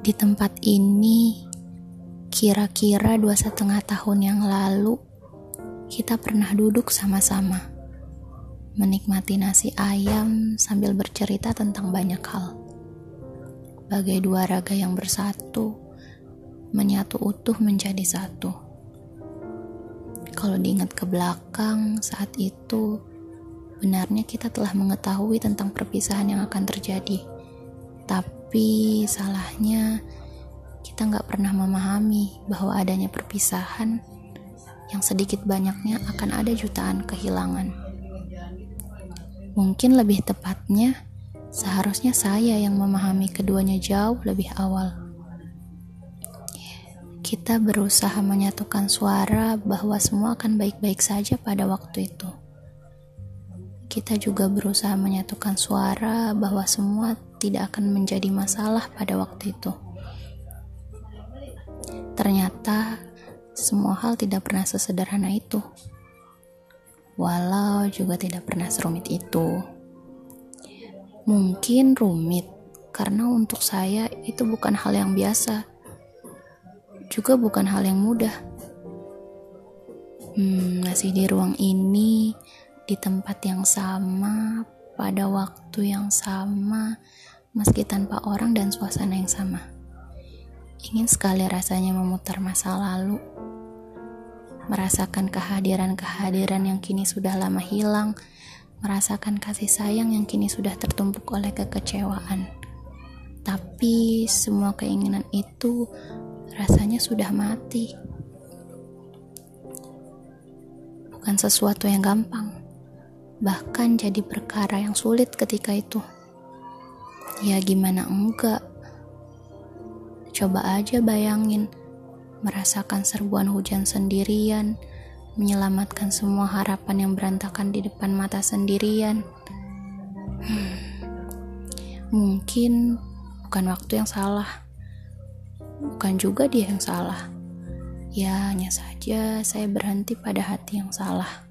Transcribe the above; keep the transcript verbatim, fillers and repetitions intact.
Di tempat ini, kira-kira dua setengah tahun yang lalu, kita pernah duduk sama-sama, menikmati nasi ayam sambil bercerita tentang banyak hal. Bagai dua raga yang bersatu, menyatu utuh menjadi satu. Kalau diingat ke belakang, saat itu, benarnya kita telah mengetahui tentang perpisahan yang akan terjadi. Tapi salahnya kita gak pernah memahami bahwa adanya perpisahan yang sedikit banyaknya akan ada jutaan kehilangan. Mungkin lebih tepatnya seharusnya saya yang memahami keduanya jauh lebih awal. Kita berusaha menyatukan suara bahwa semua akan baik-baik saja pada waktu itu. Kita juga berusaha menyatukan suara bahwa semua tidak akan menjadi masalah pada waktu itu. Ternyata semua hal tidak pernah sesederhana itu, walau juga tidak pernah serumit itu. Mungkin rumit karena untuk saya itu bukan hal yang biasa, juga bukan hal yang mudah. Hmm, masih di ruang ini, di tempat yang sama, pada waktu yang sama, meski tanpa orang dan suasana yang sama. Ingin sekali rasanya memutar masa lalu, merasakan kehadiran-kehadiran yang kini sudah lama hilang, merasakan kasih sayang yang kini sudah tertumpuk oleh kekecewaan. Tapi semua keinginan itu rasanya sudah mati. Bukan sesuatu yang gampang, bahkan jadi perkara yang sulit ketika itu. Ya gimana enggak? Coba aja bayangin, merasakan serbuan hujan sendirian, menyelamatkan semua harapan yang berantakan di depan mata sendirian. Hmm, mungkin bukan waktu yang salah, bukan juga dia yang salah. Ya hanya saja saya berhenti pada hati yang salah.